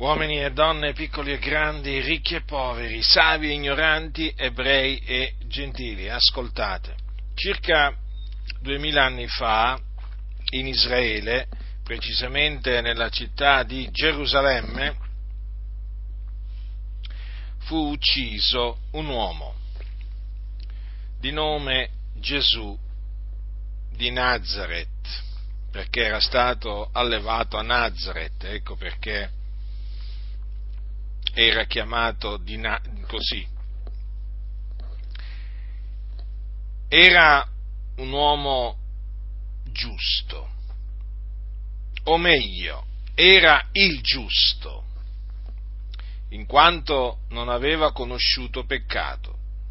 uomini e donne, piccoli e grandi, ricchi e poveri, savi e ignoranti, ebrei e gentili, ascoltate. Circa 2000 anni fa, in Israele, precisamente nella città di Gerusalemme, fu ucciso un uomo di nome Gesù di Nazaret, perché era stato allevato a Nazaret, ecco perché era chiamato così. Era un uomo giusto, o meglio, era il giusto, in quanto non aveva conosciuto peccato.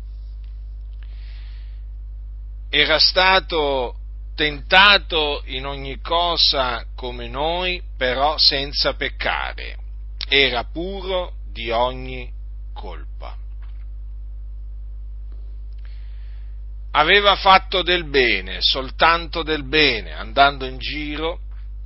Era stato tentato in ogni cosa come noi, però senza peccare. Era puro di ogni colpa. Aveva fatto del bene, soltanto del bene, andando in giro,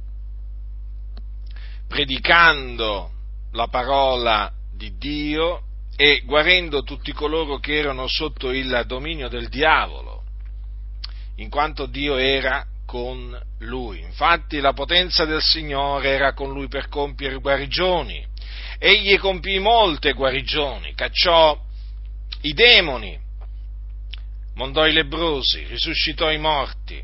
predicando la parola di Dio e guarendo tutti coloro che erano sotto il dominio del diavolo, in quanto Dio era con lui. Infatti la potenza del Signore era con lui per compiere guarigioni. Egli compì molte guarigioni, cacciò i demoni, mondò i lebbrosi, risuscitò i morti,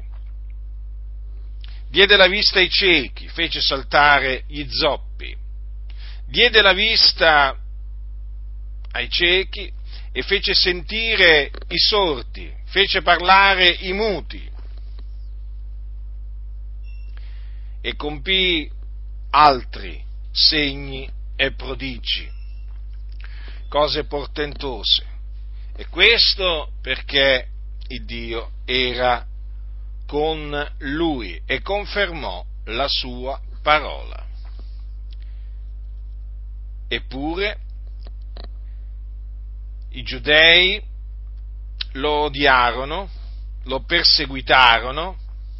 diede la vista ai ciechi, fece saltare gli zoppi, diede la vista ai ciechi e fece sentire i sordi, fece parlare i muti e compì altri segni e prodigi, cose portentose. E questo perché il Dio era con lui e confermò la sua parola. Eppure i giudei lo odiarono, lo perseguitarono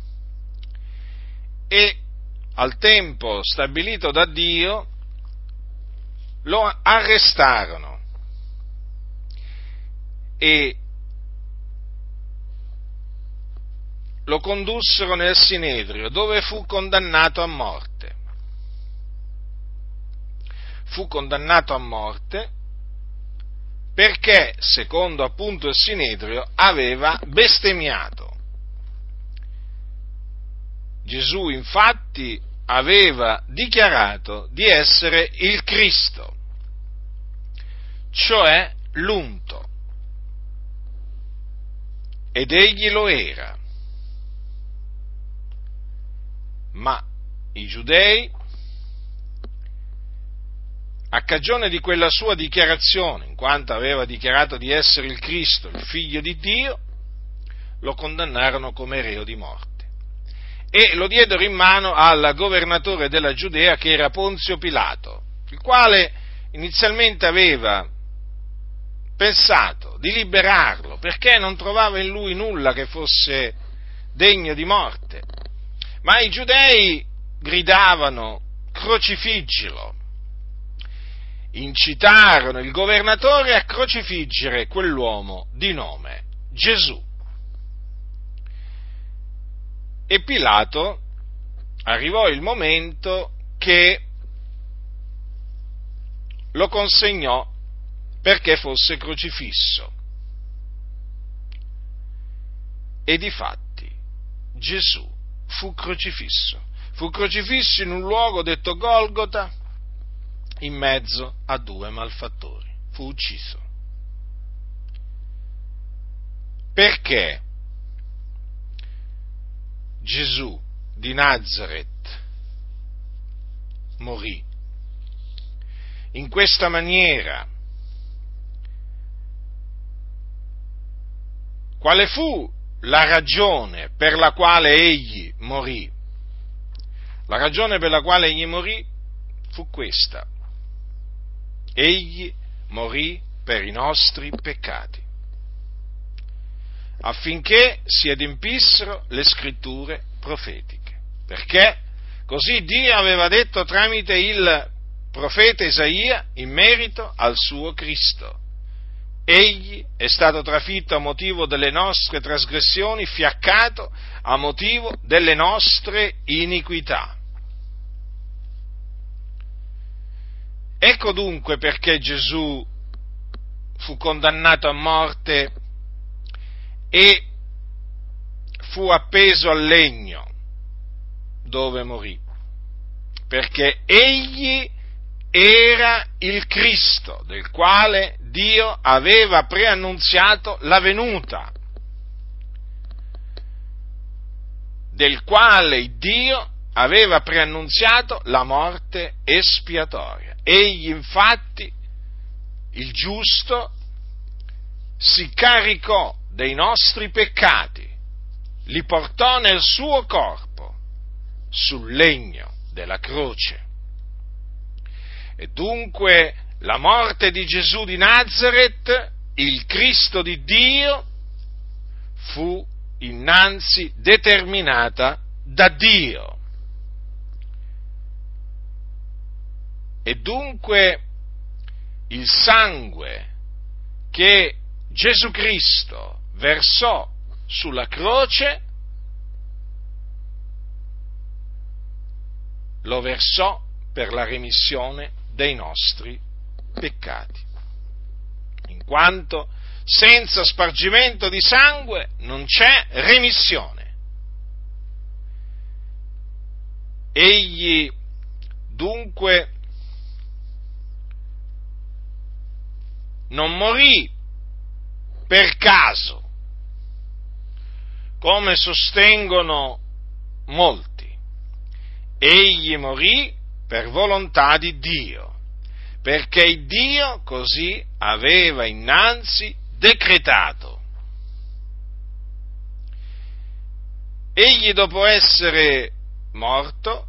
e al tempo stabilito da Dio lo arrestarono e lo condussero nel Sinedrio, dove fu condannato a morte. Fu condannato a morte perché, secondo appunto il Sinedrio, aveva bestemmiato. Gesù infatti aveva dichiarato di essere il Cristo, cioè l'unto, ed egli lo era. Ma i giudei, a cagione di quella sua dichiarazione, in quanto aveva dichiarato di essere il Cristo, il Figlio di Dio, lo condannarono come reo di morte e lo diedero in mano al governatore della Giudea, che era Ponzio Pilato, il quale inizialmente aveva pensato di liberarlo perché non trovava in lui nulla che fosse degno di morte, ma i giudei gridavano: crocifiggilo. Incitarono il governatore a crocifiggere quell'uomo di nome Gesù. E Pilato arrivò il momento che lo consegnò perché fosse crocifisso. E difatti Gesù fu crocifisso in un luogo detto Golgota, in mezzo a due malfattori. Fu ucciso. Perché Gesù di Nazaret morì in questa maniera? Quale fu la ragione per la quale egli morì? La ragione per la quale egli morì fu questa: egli morì per i nostri peccati, affinché si adempissero le scritture profetiche, perché così Dio aveva detto tramite il profeta Isaia in merito al suo Cristo. Egli è stato trafitto a motivo delle nostre trasgressioni, fiaccato a motivo delle nostre iniquità. Ecco dunque perché Gesù fu condannato a morte e fu appeso al legno dove morì, perché egli era il Cristo del quale Dio aveva preannunziato la venuta, del quale Dio aveva preannunziato la morte espiatoria. Egli infatti, il giusto, si caricò dei nostri peccati, li portò nel suo corpo sul legno della croce. E dunque la morte di Gesù di Nazaret, il Cristo di Dio, fu innanzi determinata da Dio. E dunque il sangue che Gesù Cristo versò sulla croce lo versò per la remissione dei nostri peccati, in quanto senza spargimento di sangue non c'è remissione. Egli dunque non morì per caso, come sostengono molti. Egli morì per volontà di Dio, perché Dio così aveva innanzi decretato. Egli, dopo essere morto,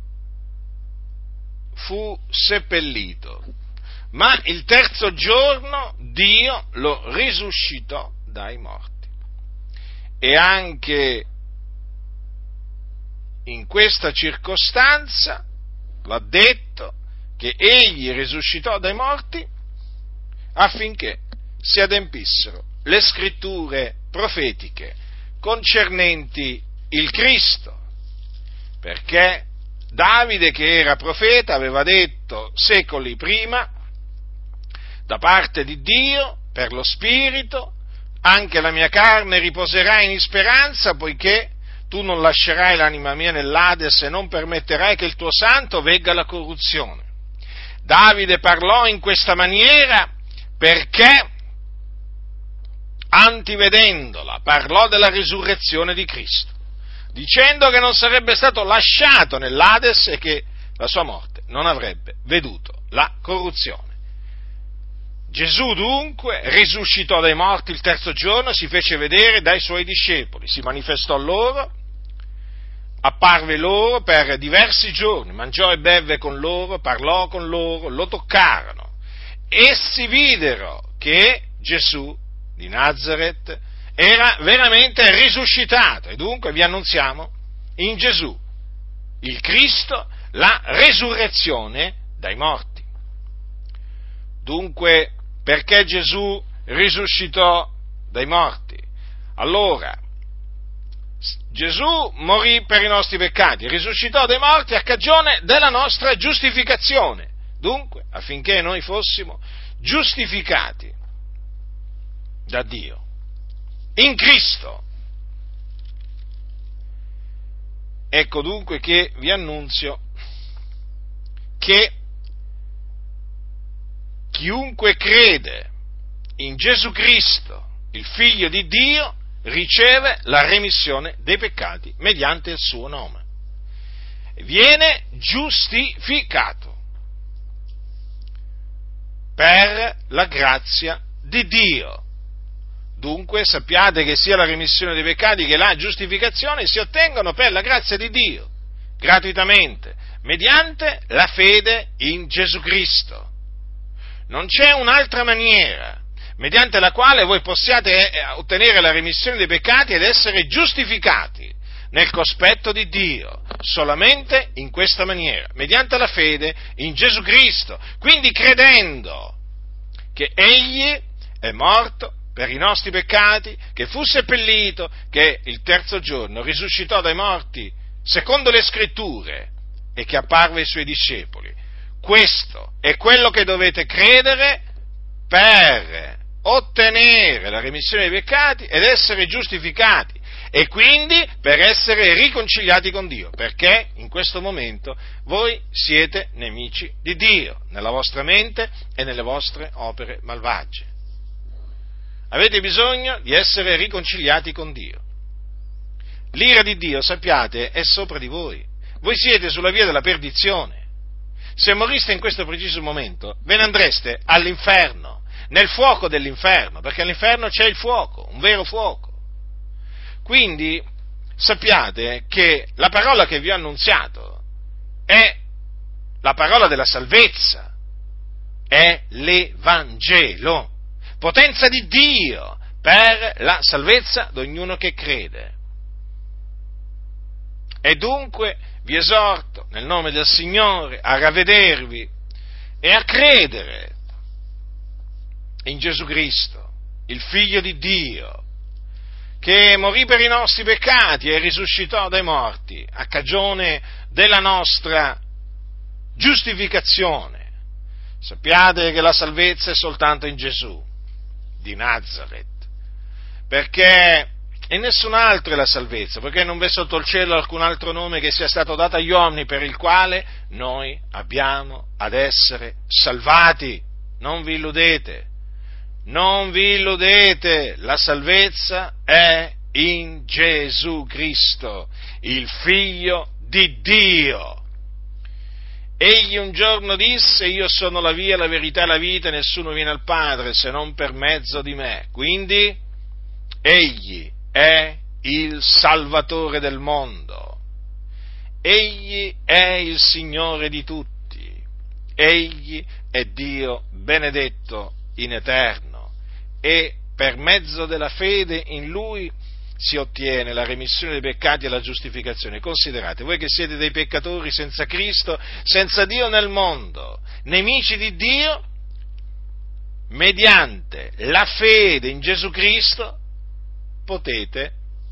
fu seppellito, ma il terzo giorno Dio lo risuscitò dai morti. E anche in questa circostanza va detto che egli risuscitò dai morti affinché si adempissero le scritture profetiche concernenti il Cristo, perché Davide, che era profeta, aveva detto secoli prima, da parte di Dio, per lo Spirito, anche la mia carne riposerà in speranza, poiché tu non lascerai l'anima mia nell'Ades e non permetterai che il tuo santo vegga la corruzione. Davide parlò in questa maniera perché, antivedendola, parlò della risurrezione di Cristo, dicendo che non sarebbe stato lasciato nell'Ades e che la sua morte non avrebbe veduto la corruzione. Gesù dunque risuscitò dai morti il terzo giorno, si fece vedere dai suoi discepoli, si manifestò loro, apparve loro per diversi giorni, mangiò e bevve con loro, parlò con loro, lo toccarono. Essi videro che Gesù di Nazaret era veramente risuscitato e dunque vi annunziamo in Gesù, il Cristo, la resurrezione dai morti. Dunque, perché Gesù risuscitò dai morti? Allora, Gesù morì per i nostri peccati, risuscitò dai morti a cagione della nostra giustificazione, dunque affinché noi fossimo giustificati da Dio in Cristo. Ecco dunque che vi annunzio che chiunque crede in Gesù Cristo, il Figlio di Dio, riceve la remissione dei peccati mediante il suo nome. Viene giustificato per la grazia di Dio. Dunque sappiate che sia la remissione dei peccati che la giustificazione si ottengono per la grazia di Dio, gratuitamente, mediante la fede in Gesù Cristo. Non c'è un'altra maniera mediante la quale voi possiate ottenere la remissione dei peccati ed essere giustificati. nel cospetto di Dio, solamente in questa maniera, mediante la fede in Gesù Cristo, quindi credendo che Egli è morto per i nostri peccati, che fu seppellito, che il terzo giorno risuscitò dai morti, secondo le Scritture, e che apparve ai Suoi discepoli. Questo è quello che dovete credere per ottenere la remissione dei peccati ed essere giustificati, e quindi per essere riconciliati con Dio, perché in questo momento voi siete nemici di Dio, nella vostra mente e nelle vostre opere malvagie. Avete bisogno di essere riconciliati con Dio. L'ira di Dio, sappiate, è sopra di voi. Voi siete sulla via della perdizione. Se moriste in questo preciso momento, ve ne andreste all'inferno, nel fuoco dell'inferno, perché all'inferno c'è il fuoco, un vero fuoco. Quindi sappiate che la parola che vi ho annunziato è la parola della salvezza, è l'Evangelo, potenza di Dio per la salvezza di ognuno che crede. E dunque vi esorto nel nome del Signore a ravvedervi e a credere in Gesù Cristo, il Figlio di Dio, che morì per i nostri peccati e risuscitò dai morti a cagione della nostra giustificazione. Sappiate che la salvezza è soltanto in Gesù di Nazaret, perché in nessun altro è la salvezza, perché non v'è sotto il cielo alcun altro nome che sia stato dato agli uomini per il quale noi abbiamo ad essere salvati. Non vi illudete, la salvezza è in Gesù Cristo, il Figlio di Dio. Egli un giorno disse: io sono la via, la verità e la vita, e nessuno viene al Padre se non per mezzo di me. Quindi Egli è il Salvatore del mondo, Egli è il Signore di tutti, Egli è Dio benedetto in eterno, e per mezzo della fede in Lui si ottiene la remissione dei peccati e la giustificazione. Considerate, voi che siete dei peccatori senza Cristo, senza Dio nel mondo, nemici di Dio, mediante la fede in Gesù Cristo potete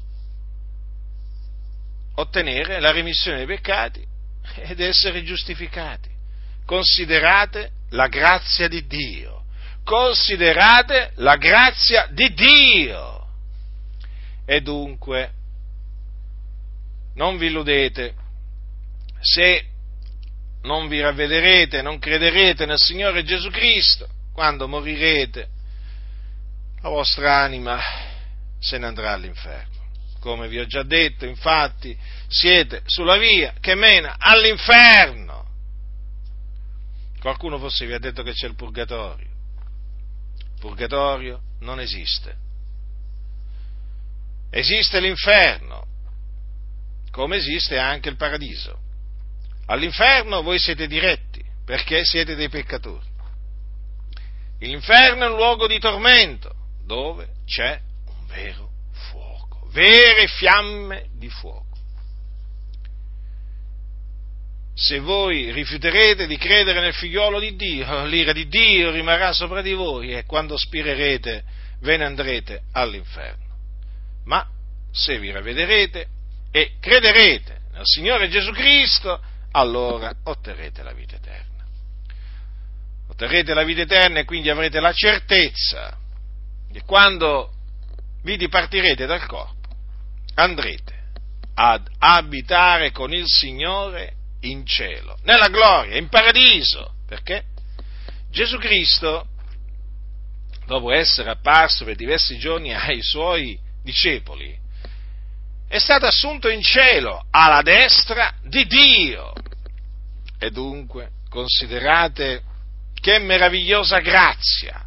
ottenere la remissione dei peccati ed essere giustificati. Considerate la grazia di Dio. Considerate la grazia di Dio. E dunque, non vi illudete, se non vi ravvederete, non crederete nel Signore Gesù Cristo, quando morirete, la vostra anima se ne andrà all'inferno. Come vi ho già detto, infatti, siete sulla via che mena all'inferno. Qualcuno forse vi ha detto che c'è il purgatorio. Il purgatorio non esiste. Esiste l'inferno, come esiste anche il paradiso. All'inferno voi siete diretti, perché siete dei peccatori. L'inferno è un luogo di tormento, dove c'è un vero fuoco, vere fiamme di fuoco. Se voi rifiuterete di credere nel figliolo di Dio, l'ira di Dio rimarrà sopra di voi e quando spirerete ve ne andrete all'inferno. Ma se vi ravvederete e crederete nel Signore Gesù Cristo, allora otterrete la vita eterna. Otterrete la vita eterna e quindi avrete la certezza che quando vi dipartirete dal corpo andrete ad abitare con il Signore in cielo, nella gloria, in paradiso, perché Gesù Cristo, dopo essere apparso per diversi giorni ai Suoi discepoli, è stato assunto in cielo alla destra di Dio. E dunque considerate che meravigliosa grazia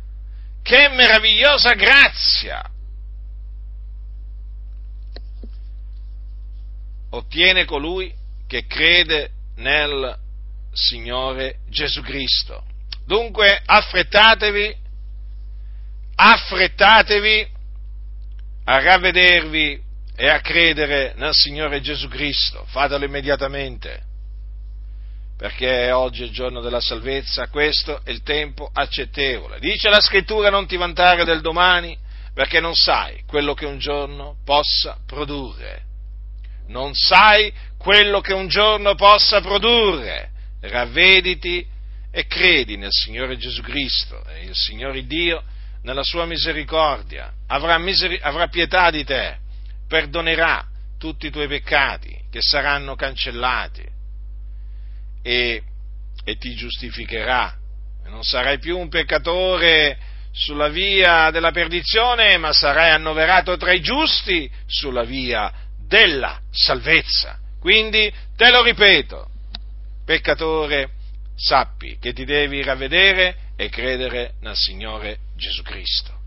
ottiene colui che crede nel Signore Gesù Cristo. Dunque affrettatevi a ravvedervi e a credere nel Signore Gesù Cristo. Fatelo immediatamente, perché oggi è il giorno della salvezza, questo è il tempo accettevole. Dice la Scrittura: non ti vantare del domani, perché non sai quello che un giorno possa produrre. Non sai quello che un giorno possa produrre. Ravvediti e credi nel Signore Gesù Cristo, e il Signore Dio, nella sua misericordia, avrà pietà di te, perdonerà tutti i tuoi peccati, che saranno cancellati, e ti giustificherà. Non sarai più un peccatore sulla via della perdizione, ma sarai annoverato tra i giusti sulla via della salvezza. Quindi, te lo ripeto, peccatore, sappi che ti devi ravvedere e credere nel Signore Gesù Cristo.